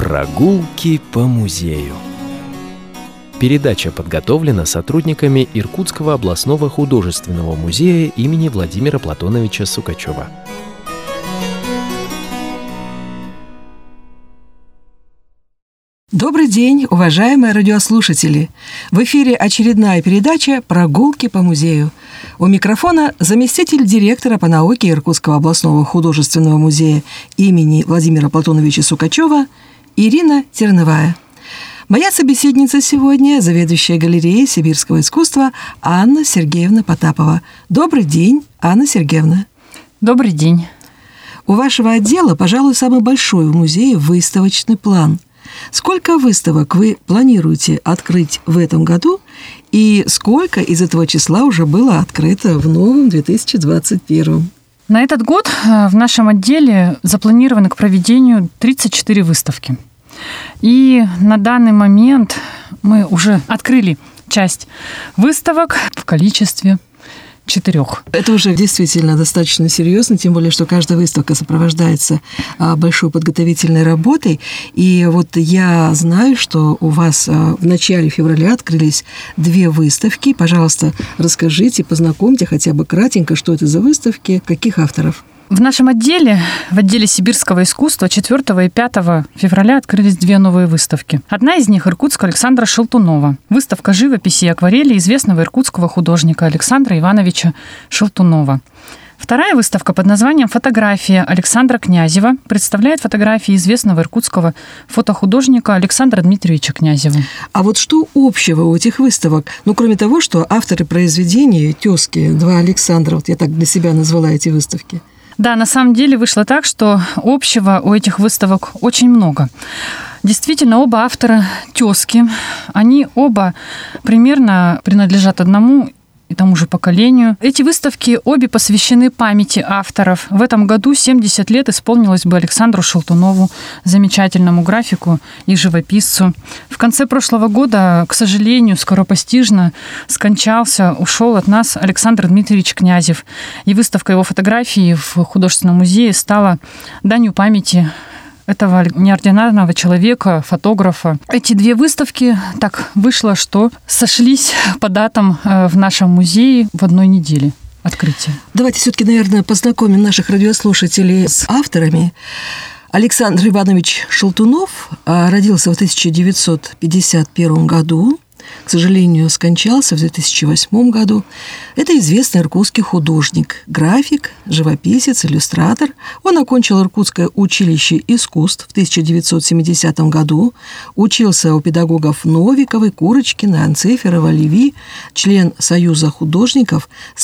Прогулки по музею. Передача подготовлена сотрудниками Иркутского областного художественного музея имени Владимира Платоновича Сукачева. Добрый день, уважаемые радиослушатели! В эфире очередная передача «Прогулки по музею». У микрофона заместитель директора по науке Иркутского областного художественного музея имени Владимира Платоновича Сукачева Ирина Терновая. Моя собеседница сегодня – заведующая галереей сибирского искусства Анна Сергеевна Потапова. Добрый день, Анна Сергеевна. Добрый день. У вашего отдела, пожалуй, самый большой в музее выставочный план. Сколько выставок вы планируете открыть в этом году и сколько из этого числа уже было открыто в новом 2021? На этот год в нашем отделе запланировано к проведению 34 выставки. И на данный момент мы уже открыли часть выставок в количестве 4. Это уже действительно достаточно серьезно, тем более, что каждая выставка сопровождается большой подготовительной работой. И вот я знаю, что у вас в начале февраля открылись 2 выставки. Пожалуйста, расскажите, познакомьте хотя бы кратенько, что это за выставки, каких авторов. В нашем отделе, в отделе сибирского искусства, 4 и 5 февраля открылись 2 новые выставки. Одна из них – Иркутская Александра Шелтунова. Выставка живописи и акварели известного иркутского художника Александра Ивановича Шелтунова. Вторая выставка под названием «Фотография» Александра Князева представляет фотографии известного иркутского фотохудожника Александра Дмитриевича Князева. А вот что общего у этих выставок? Кроме того, что авторы произведений, тезки, 2 Александра, вот я так для себя назвала эти выставки. Да, на самом деле вышло так, что общего у этих выставок очень много. Действительно, оба автора тезки, они оба примерно принадлежат одному и тому же поколению. Эти выставки обе посвящены памяти авторов. В этом году 70 лет исполнилось бы Александру Шелтунову, замечательному графику и живописцу. В конце прошлого года, к сожалению, скоропостижно скончался, ушел от нас Александр Дмитриевич Князев. И выставка его фотографий в художественном музее стала данью памяти этого неординарного человека, фотографа. Эти 2 выставки так вышло, что сошлись по датам в нашем музее в одной неделе открытия. Давайте все-таки, наверное, познакомим наших радиослушателей с авторами. Александр Иванович Шелтунов родился в 1951 году. К сожалению, скончался в 2008 году. Это известный иркутский художник, график, живописец, иллюстратор. Он окончил Иркутское училище искусств в 1970 году, учился у педагогов Новиковой, Курочкина, Анциферова, Леви, член Союза художников с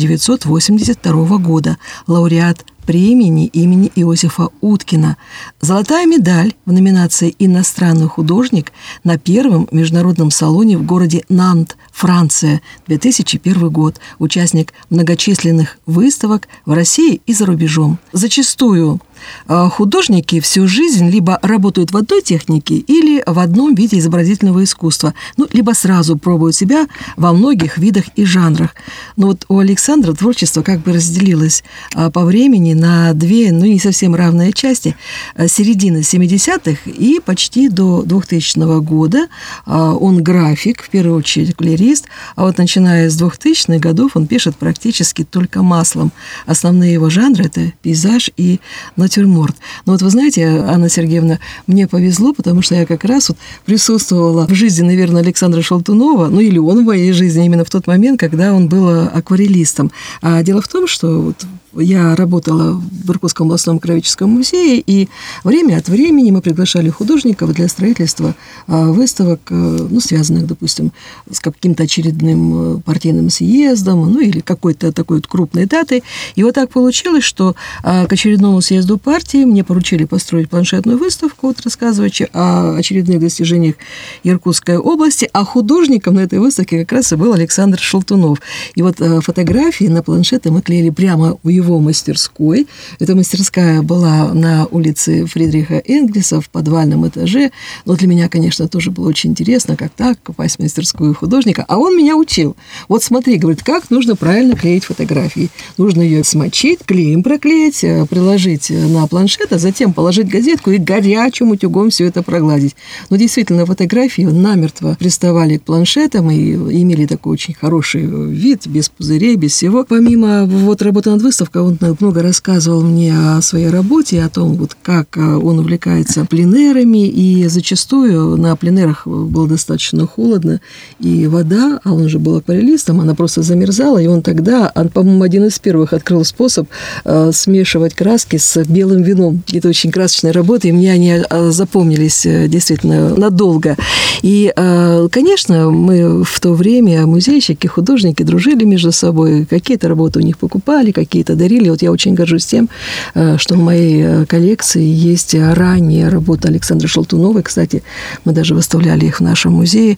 1982 года, лауреат премии имени Иосифа Уткина. Золотая медаль в номинации «Иностранный художник» на 1-м международном салоне в городе Нант, Франция, 2001 год. Участник многочисленных выставок в России и за рубежом. Зачастую художники всю жизнь либо работают в одной технике или в одном виде изобразительного искусства, либо сразу пробуют себя во многих видах и жанрах. Но вот у Александра творчество как бы разделилось по времени на 2, не совсем равные части. Середина 70-х и почти до 2000 года он график, в первую очередь галерист, а вот начиная с 2000-х годов он пишет практически только маслом. Основные его жанры – это пейзаж и натюрморт. Но вот вы знаете, Анна Сергеевна, мне повезло, потому что я как раз присутствовала в жизни, наверное, Александра Шелтунова, или он в моей жизни именно в тот момент, когда он был акварелистом. А дело в том, что я работала в Иркутском областном краеведческом музее, и время от времени мы приглашали художников для строительства выставок, связанных, допустим, с каким-то очередным партийным съездом, или какой-то такой крупной датой. И вот так получилось, что к очередному съезду партии мне поручили построить планшетную выставку, рассказывающую о очередных достижениях Иркутской области, а художником на этой выставке как раз и был Александр Шелтунов. И вот фотографии на планшеты мы клеили прямо в его мастерской. Эта мастерская была на улице Фридриха Энгельса в подвальном этаже. Но для меня, конечно, тоже было очень интересно, как так попасть в мастерскую художника. А он меня учил. Вот смотри, говорит, как нужно правильно клеить фотографии. Нужно ее смочить, клеем проклеить, приложить на планшет, а затем положить газетку и горячим утюгом все это прогладить. Но действительно, фотографии намертво приставали к планшетам и имели такой очень хороший вид, без пузырей, без всего. Помимо работы над выставкой, он много рассказывал мне о своей работе, о том, как он увлекается пленэрами, и зачастую на пленэрах было достаточно холодно, и вода, а он же был акварелистом, она просто замерзала, и он тогда, по-моему, один из первых открыл способ смешивать краски с белым вином. Это очень красочная работа, и мне они запомнились действительно надолго. И, конечно, мы в то время, музейщики, художники, дружили между собой. Какие-то работы у них покупали, какие-то дарили. Я очень горжусь тем, что в моей коллекции есть ранние работы Александры Шелтуновой. Кстати, мы даже выставляли их в нашем музее.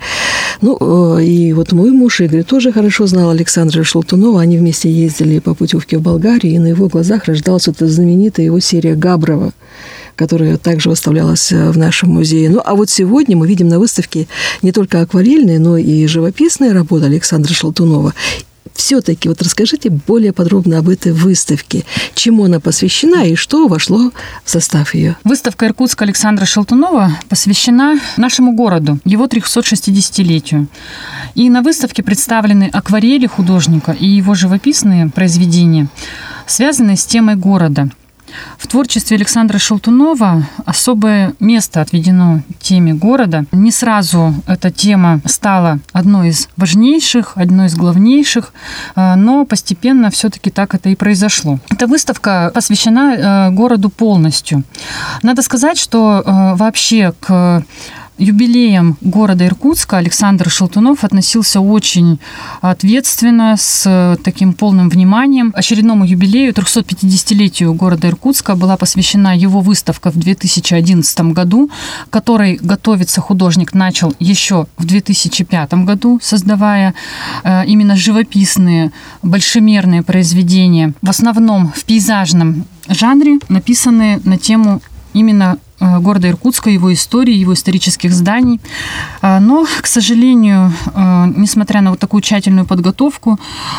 И мой муж Игорь тоже хорошо знал Александра Шелтунова. Они вместе ездили по путевке в Болгарию, и на его глазах рождалась эта знаменитая его серия «Габрова», которая также выставлялась в нашем музее. Сегодня мы видим на выставке не только акварельные, но и живописные работы Александра Шелтунова. Все-таки расскажите более подробно об этой выставке, чему она посвящена и что вошло в состав ее. Выставка Иркутска Александра Шелтунова посвящена нашему городу, его 360-летию. И на выставке представлены акварели художника и его живописные произведения, связанные с темой города. В творчестве Александра Шелтунова особое место отведено теме города. Не сразу эта тема стала одной из важнейших, одной из главнейших, но постепенно все-таки так это и произошло. Эта выставка посвящена городу полностью. Надо сказать, что вообще к юбилеем города Иркутска Александр Шелтунов относился очень ответственно, с таким полным вниманием. Очередному юбилею, 350-летию города Иркутска, была посвящена его выставка в 2011 году, которой готовиться художник начал еще в 2005 году, создавая именно живописные, большемерные произведения, в основном в пейзажном жанре, написанные на тему именно города Иркутска, его истории, его исторических зданий. Но, к сожалению, несмотря на такую тщательную подготовку,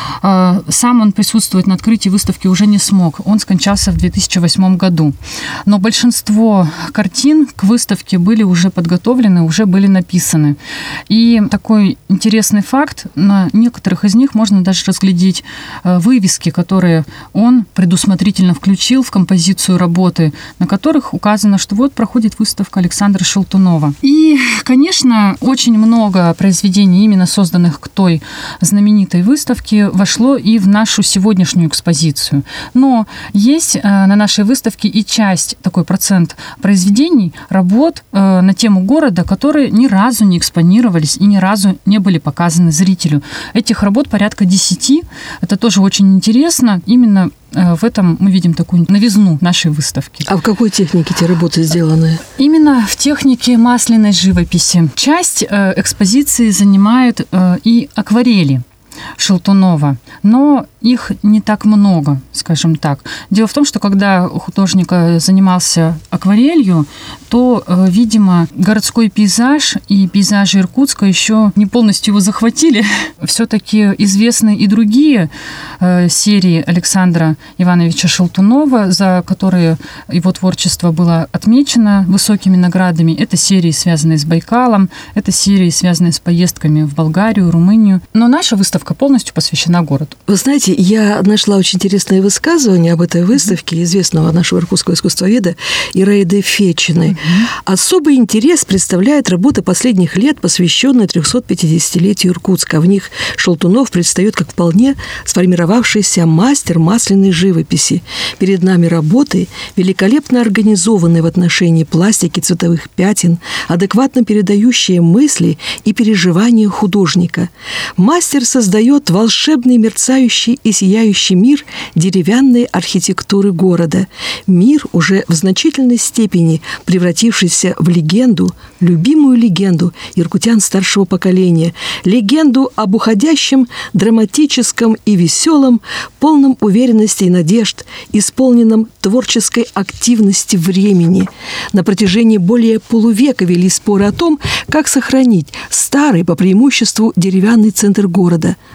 сам он присутствовать на открытии выставки уже не смог. Он скончался в 2008 году. Но большинство картин к выставке были уже подготовлены, уже были написаны. И такой интересный факт, на некоторых из них можно даже разглядеть вывески, которые он предусмотрительно включил в композицию работы, на которых указано, что проходит выставка Александра Шелтунова. И, конечно, очень много произведений, именно созданных к той знаменитой выставке, вошло и в нашу сегодняшнюю экспозицию. Но есть на нашей выставке и часть, такой процент произведений, работ на тему города, которые ни разу не экспонировались и ни разу не были показаны зрителю. Этих работ порядка 10. Это тоже очень интересно. Именно в этом мы видим такую новизну нашей выставки. А в какой технике эти работы сделаны? Именно в технике масляной живописи. Часть экспозиции занимают и акварели Шелтунова, но их не так много, скажем так. Дело в том, что когда художник занимался акварелью, то, видимо, городской пейзаж и пейзажи Иркутска еще не полностью его захватили. Все-таки известны и другие серии Александра Ивановича Шелтунова, за которые его творчество было отмечено высокими наградами. Это серии, связанные с Байкалом, это серии, связанные с поездками в Болгарию, Румынию. Но наша выставка полностью посвящена городу. Вы знаете, я нашла очень интересное высказывание об этой выставке известного нашего иркутского искусствоведа Ираиды Фечиной. Особый интерес представляет работа последних лет, посвященная 350-летию Иркутска. В них Шелтунов предстает как вполне сформировавшийся мастер масляной живописи. Перед нами работы, великолепно организованные в отношении пластики, цветовых пятен, адекватно передающие мысли и переживания художника. Мастер создает волшебный, мерцающий и сияющий мир деревянной архитектуры города. Мир, уже в значительной степени превратившийся в легенду, любимую легенду иркутян старшего поколения, легенду об уходящем, драматическом и веселом, полном уверенности и надежд, исполненном творческой активности времени. На протяжении более полувека вели споры о том, как сохранить старый, по преимуществу, деревянный центр города,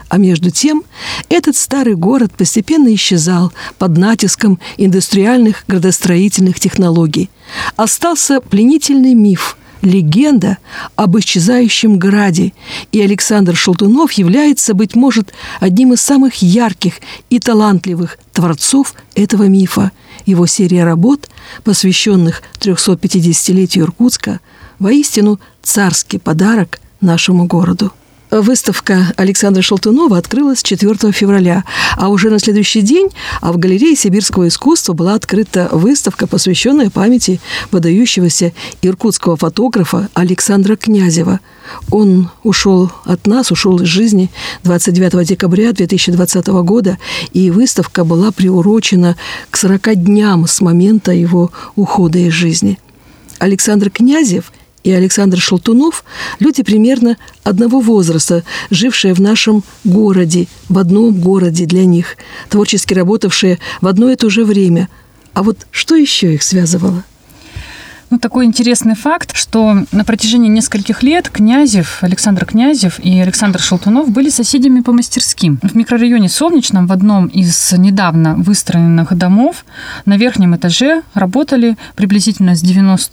А между тем, этот старый город постепенно исчезал под натиском индустриальных градостроительных технологий. Остался пленительный миф, легенда об исчезающем граде, и Александр Шелтунов является, быть может, одним из самых ярких и талантливых творцов этого мифа. Его серия работ, посвященных 350-летию Иркутска, воистину царский подарок нашему городу. Выставка Александра Шелтунова открылась 4 февраля, а уже на следующий день в галерее сибирского искусства была открыта выставка, посвященная памяти выдающегося иркутского фотографа Александра Князева. Он ушел от нас, ушел из жизни 29 декабря 2020 года, и выставка была приурочена к 40 дням с момента его ухода из жизни. Александр Князев и Александр Шелтунов – люди примерно одного возраста, жившие в нашем городе, в одном городе для них, творчески работавшие в одно и то же время. А вот что еще их связывало? Такой интересный факт, что на протяжении нескольких лет Александр Князев и Александр Шелтунов были соседями по мастерским. В микрорайоне Солнечном в одном из недавно выстроенных домов на верхнем этаже работали приблизительно с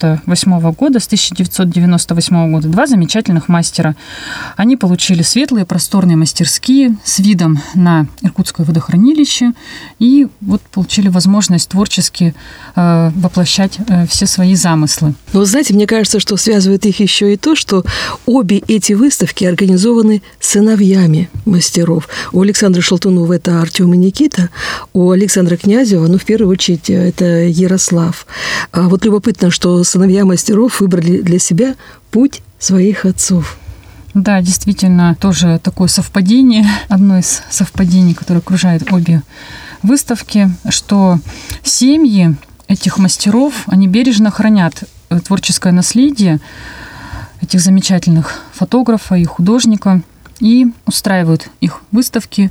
1998 года два замечательных мастера. Они получили светлые просторные мастерские с видом на Иркутское водохранилище и получили возможность творчески воплощать все свои замыслы. Но вы знаете, мне кажется, что связывает их еще и то, что обе эти выставки организованы сыновьями мастеров. У Александра Шелтунова это Артем и Никита, у Александра Князева, в первую очередь, это Ярослав. А вот любопытно, что сыновья мастеров выбрали для себя путь своих отцов. Да, действительно, тоже такое совпадение, одно из совпадений, которое окружает обе выставки, что семьи этих мастеров, они бережно хранят творческое наследие этих замечательных фотографа и художника и устраивают их выставки.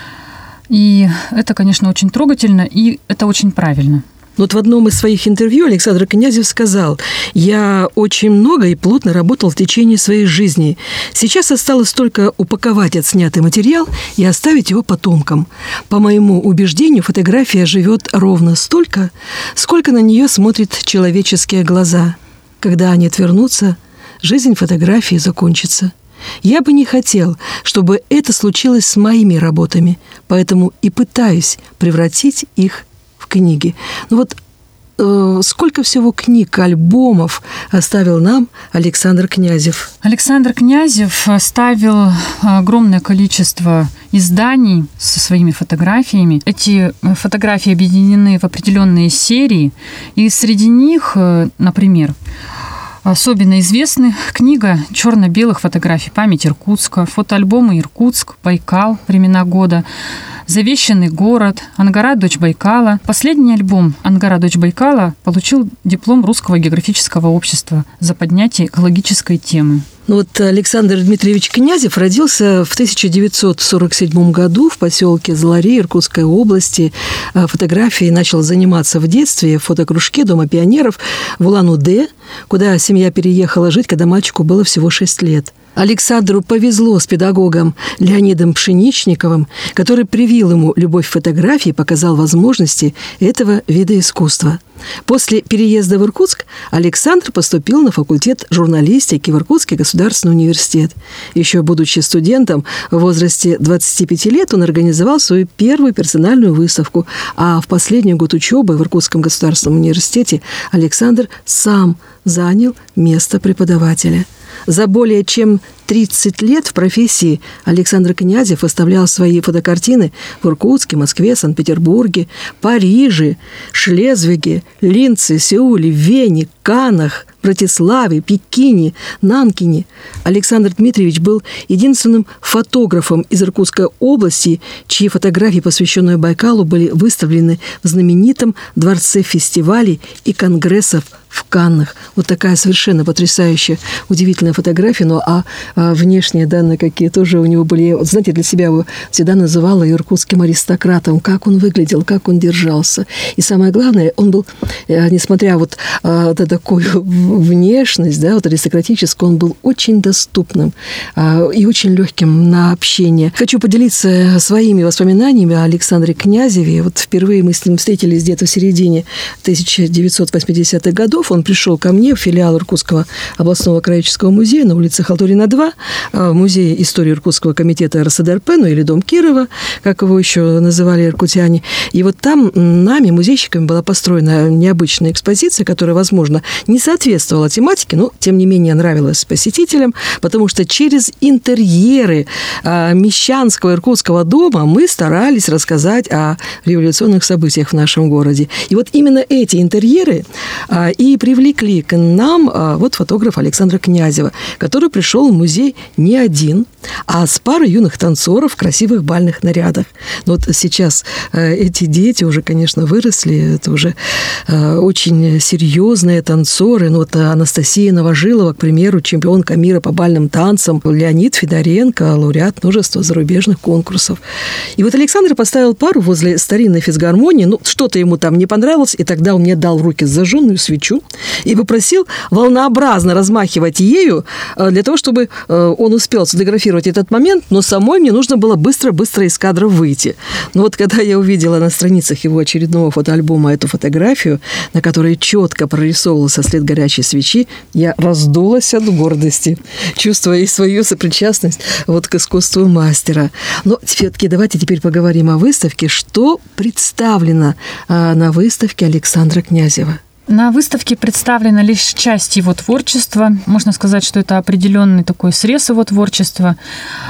И это, конечно, очень трогательно, и это очень правильно. В одном из своих интервью Александр Князев сказал: «Я очень много и плотно работал в течение своей жизни. Сейчас осталось только упаковать отснятый материал и оставить его потомкам. По моему убеждению, фотография живет ровно столько, сколько на нее смотрят человеческие глаза. Когда они отвернутся, жизнь фотографии закончится. Я бы не хотел, чтобы это случилось с моими работами, поэтому и пытаюсь превратить их в книги». Сколько всего книг, альбомов оставил нам Александр Князев? Александр Князев оставил огромное количество изданий со своими фотографиями. Эти фотографии объединены в определенные серии, и среди них, например, особенно известны книга черно-белых фотографий «Память Иркутска», фотоальбомы «Иркутск», «Байкал», «Времена года», «Завещанный город», «Ангара, дочь Байкала». Последний альбом «Ангара, дочь Байкала» получил диплом Русского географического общества за поднятие экологической темы. Александр Дмитриевич Князев родился в 1947 году в поселке Залари Иркутской области. Фотографией начал заниматься в детстве в фотокружке Дома пионеров в Улан-Удэ, куда семья переехала жить, когда мальчику было всего 6 лет. Александру повезло с педагогом Леонидом Пшеничниковым, который привил ему любовь к фотографии и показал возможности этого вида искусства. После переезда в Иркутск Александр поступил на факультет журналистики в Иркутский государственный университет. Еще будучи студентом, в возрасте 25 лет он организовал свою первую персональную выставку, а в последний год учебы в Иркутском государственном университете Александр сам занял место преподавателя. За более чем 30 лет в профессии Александр Князев выставлял свои фотокартины в Иркутске, Москве, Санкт-Петербурге, Париже, Шлезвиге, Линце, Сеуле, Вене, Каннах, Братиславе, Пекине, Нанкине. Александр Дмитриевич был единственным фотографом из Иркутской области, чьи фотографии, посвященные Байкалу, были выставлены в знаменитом дворце фестивалей и конгрессов в Каннах. Такая совершенно потрясающая, удивительная фотография. Внешние данные какие тоже у него были. Знаете, для себя его всегда называла иркутским аристократом. Как он выглядел, как он держался. И самое главное, он был, несмотря на такую внешность, да, вот аристократическую, он был очень доступным и очень легким на общение. Хочу поделиться своими воспоминаниями о Александре Князеве. Вот впервые мы с ним встретились где-то в середине 1980-х годов. Он пришел ко мне в филиал Иркутского областного краеведческого музея на улице Халтурина, 2, музей истории Иркутского комитета РСДРП, ну или Дом Кирова, как его еще называли иркутяне. И вот там нами, музейщиками, была построена необычная экспозиция, которая, возможно, не соответствовала тематике, но, тем не менее, нравилась посетителям, потому что через интерьеры мещанского иркутского дома мы старались рассказать о революционных событиях в нашем городе. И вот именно эти интерьеры и привлекли к нам вот фотограф Александра Князева, который пришел в музей не один, а с парой юных танцоров в красивых бальных нарядах. Но вот сейчас эти дети уже, конечно, выросли, это уже очень серьезные танцоры. Ну, вот Анастасия Новожилова, к примеру, чемпионка мира по бальным танцам, Леонид Федоренко, лауреат множества зарубежных конкурсов. И вот Александр поставил пару возле старинной физгармонии, ну, что-то ему там не понравилось, и тогда он мне дал в руки зажженную свечу и попросил волнообразно размахивать ею для того, чтобы он успел сфотографировать этот момент, но самой мне нужно было быстро-быстро из кадра выйти. Но вот когда я увидела на страницах его очередного фотоальбома эту фотографию, на которой четко прорисовывался след горячей свечи, я раздулась от гордости, чувствуя и свою сопричастность вот к искусству мастера. Но все-таки давайте теперь поговорим о выставке. Что представлено на выставке Александра Князева? На выставке представлена лишь часть его творчества. Можно сказать, что это определенный такой срез его творчества.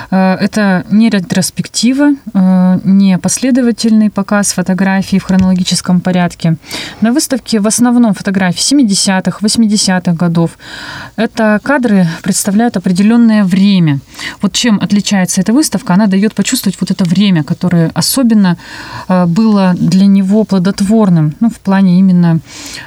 Это не ретроспектива, не последовательный показ фотографий в хронологическом порядке. На выставке в основном фотографии 70-х, 80-х годов. Это кадры представляют определенное время. Вот чем отличается эта выставка, она дает почувствовать вот это время, которое особенно было для него плодотворным, ну, в плане именно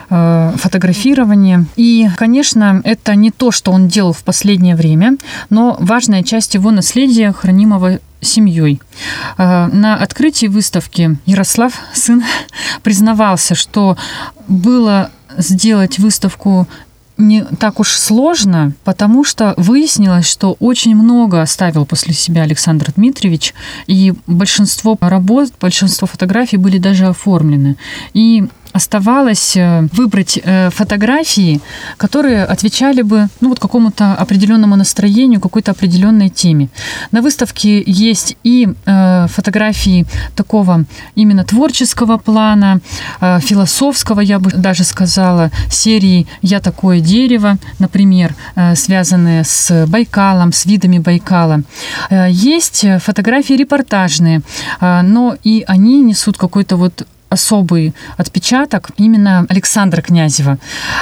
фотографирования. И, конечно, это не то, что он делал в последнее время, но важная часть его наследия, хранимого семьей. На открытии выставки Ярослав, сын, признавался, что было сделать выставку не так уж сложно, потому что выяснилось, что очень много оставил после себя Александр Дмитриевич, и большинство работ, большинство фотографий были даже оформлены. И оставалось выбрать фотографии, которые отвечали бы, ну, вот какому-то определенному настроению, какой-то определенной теме. На выставке есть и фотографии такого именно творческого плана, философского, я бы даже сказала, серии «Я такое дерево», например, связанные с Байкалом, с видами Байкала. Есть фотографии репортажные, но и они несут какой-то вот особый отпечаток именно Александра Князева,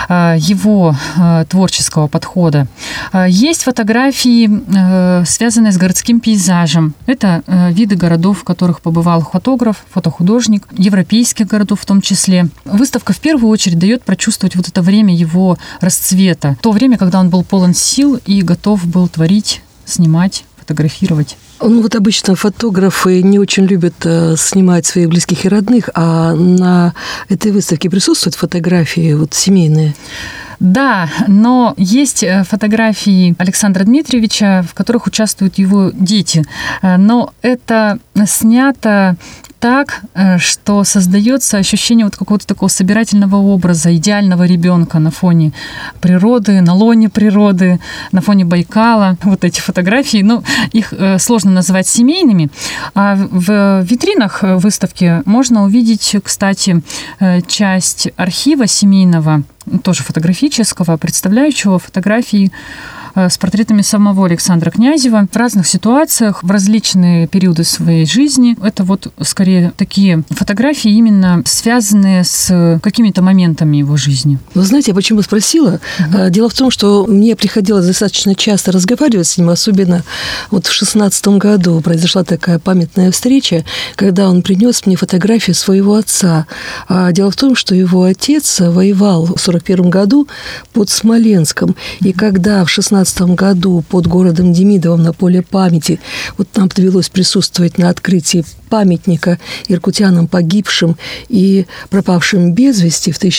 его творческого подхода. Есть фотографии, связанные с городским пейзажем. Это виды городов, в которых побывал фотограф, фотохудожник, европейских городов в том числе. Выставка в первую очередь дает прочувствовать вот это время его расцвета. То время, когда он был полон сил и готов был творить, снимать, фотографировать. Ну вот обычно фотографы не очень любят снимать своих близких и родных, а на этой выставке присутствуют фотографии вот семейные? Да, но есть фотографии Александра Дмитриевича, в которых участвуют его дети. Но это снято так, что создается ощущение вот какого-то такого собирательного образа, идеального ребенка на фоне природы, на лоне природы, на фоне Байкала. Вот эти фотографии, ну, их сложно назвать семейными. А в витринах выставки можно увидеть, кстати, часть архива семейного, тоже фотографического, представляющего фотографии с портретами самого Александра Князева в разных ситуациях, в различные периоды своей жизни. Это вот скорее такие фотографии, именно связанные с какими-то моментами его жизни. Вы знаете, я почему спросила? Дело в том, что мне приходилось достаточно часто разговаривать с ним, особенно вот в 2016 году произошла такая памятная встреча, когда он принес мне фотографию своего отца. Дело в том, что его отец воевал в 1941 году под Смоленском, и когда в 2016 2016 году под городом Демидовым на поле памяти вот нам довелось присутствовать на открытии памятника иркутянам, погибшим и пропавшим без вести в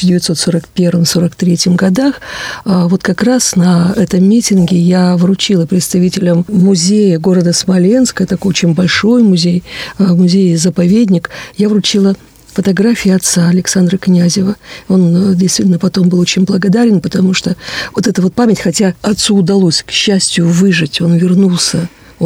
1941-1943 годах. Вот как раз на этом митинге я вручила представителям музея города Смоленска, такой очень большой музей, музей-заповедник, я вручила фотографии отца Александра Князева. Он действительно потом был очень благодарен, потому что вот эта вот память, хотя отцу удалось, к счастью, выжить, он вернулся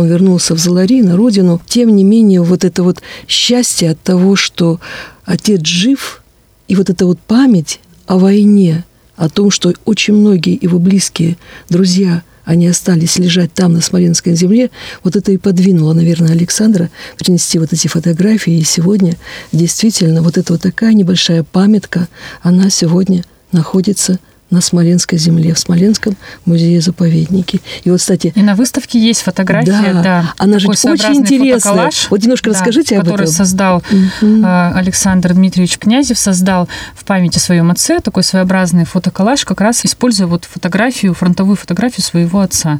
в Залари, на родину, тем не менее вот это вот счастье от того, что отец жив, и вот эта вот память о войне, о том, что очень многие его близкие друзья, они остались лежать там, на Смоленской земле, вот это и подвинуло, наверное, Александра принести вот эти фотографии. И сегодня действительно вот эта вот такая небольшая памятка, она сегодня находится на Смоленской земле, в Смоленском музее-заповеднике. И вот, кстати... И на выставке есть фотография, да. Она же очень интересная. Вот немножко расскажите об этом. Который создал Александр Дмитриевич Князев, создал в память о своем отце такой своеобразный фотоколлаж, как раз используя вот фотографию, фронтовую фотографию своего отца.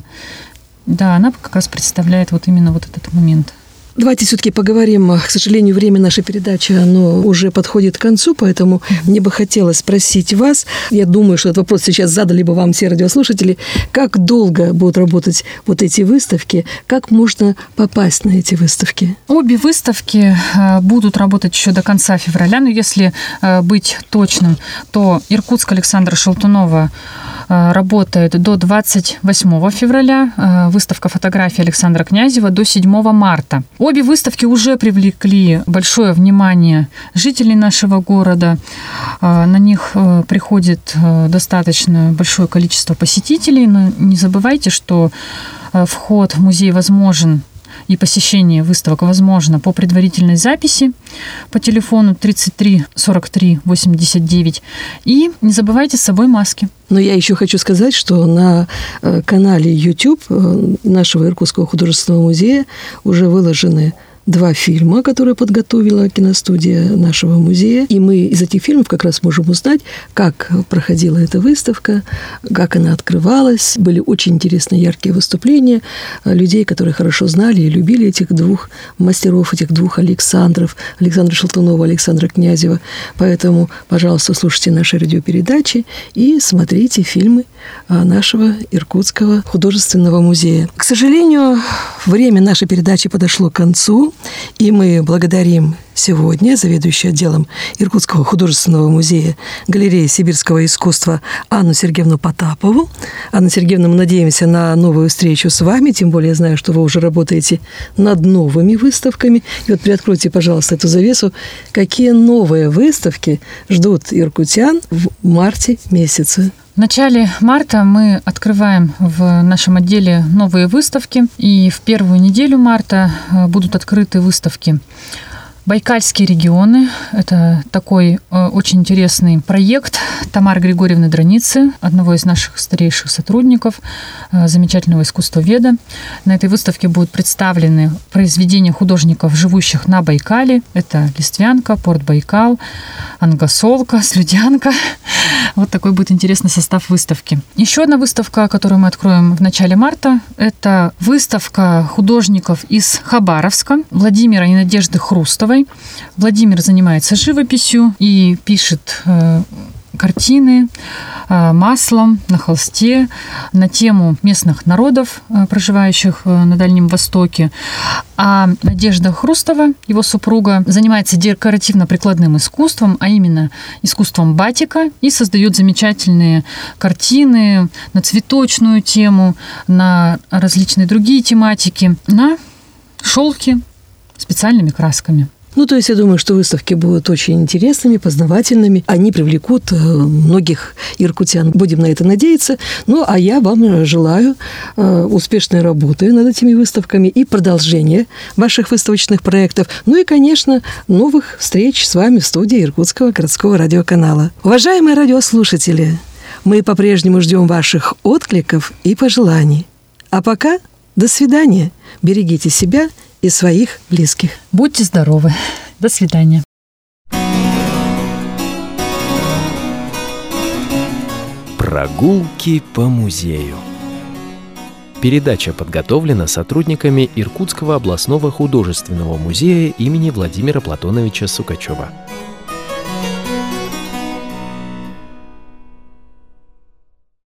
Да, она как раз представляет вот именно вот этот момент. Давайте все-таки поговорим. К сожалению, время нашей передачи, оно уже подходит к концу, поэтому мне бы хотелось спросить вас, я думаю, что этот вопрос сейчас задали бы вам все радиослушатели, как долго будут работать вот эти выставки, как можно попасть на эти выставки? Обе выставки будут работать еще до конца февраля, но если быть точным, то Иркутск Александра Шелтунова работает до 28 февраля, выставка фотографий Александра Князева до 7 марта. Обе выставки уже привлекли большое внимание жителей нашего города. На них приходит достаточно большое количество посетителей, но не забывайте, что вход в музей возможен и посещение выставок возможно по предварительной записи по телефону 33 43 89. И не забывайте с собой маски. Но я еще хочу сказать, что на канале YouTube нашего Иркутского художественного музея уже выложены 2 фильма, которые подготовила киностудия нашего музея. И мы из этих фильмов как раз можем узнать, как проходила эта выставка, как она открывалась. Были очень интересные, яркие выступления людей, которые хорошо знали и любили этих 2 мастеров, этих 2 Александров, Александра Шелтунова, Александра Князева. Поэтому, пожалуйста, слушайте наши радиопередачи и смотрите фильмы нашего Иркутского художественного музея. К сожалению, время нашей передачи подошло к концу. И мы благодарим сегодня заведующую отделом Иркутского художественного музея галереи сибирского искусства Анну Сергеевну Потапову. Анна Сергеевна, мы надеемся на новую встречу с вами, тем более я знаю, что вы уже работаете над новыми выставками. И вот приоткройте, пожалуйста, эту завесу. Какие новые выставки ждут иркутян в марте месяце? В начале марта мы открываем в нашем отделе новые выставки, и в первую неделю марта будут открыты выставки «Байкальские регионы». Это такой очень интересный проект Тамары Григорьевны Драницы, одного из наших старейших сотрудников, замечательного искусствоведа. На этой выставке будут представлены произведения художников, живущих на Байкале. Это Листвянка, Порт Байкал, Ангосолка, Слюдянка. Вот такой будет интересный состав выставки. Еще одна выставка, которую мы откроем в начале марта, это выставка художников из Хабаровска, Владимира и Надежды Хрустовой. Владимир занимается живописью и пишет картины маслом на холсте на тему местных народов, проживающих на Дальнем Востоке. А Надежда Хрустова, его супруга, занимается декоративно-прикладным искусством, а именно искусством батика, и создает замечательные картины на цветочную тему, на различные другие тематики, на шелке специальными красками. Ну, то есть я думаю, что выставки будут очень интересными, познавательными. Они привлекут многих иркутян. Будем на это надеяться. Ну, а я вам желаю успешной работы над этими выставками и продолжения ваших выставочных проектов. Ну и, конечно, новых встреч с вами в студии Иркутского городского радиоканала. Уважаемые радиослушатели, мы по-прежнему ждем ваших откликов и пожеланий. А пока до свидания. Берегите себя и своих близких. Будьте здоровы. До свидания. Прогулки по музею. Передача подготовлена сотрудниками Иркутского областного художественного музея имени Владимира Платоновича Сукачева.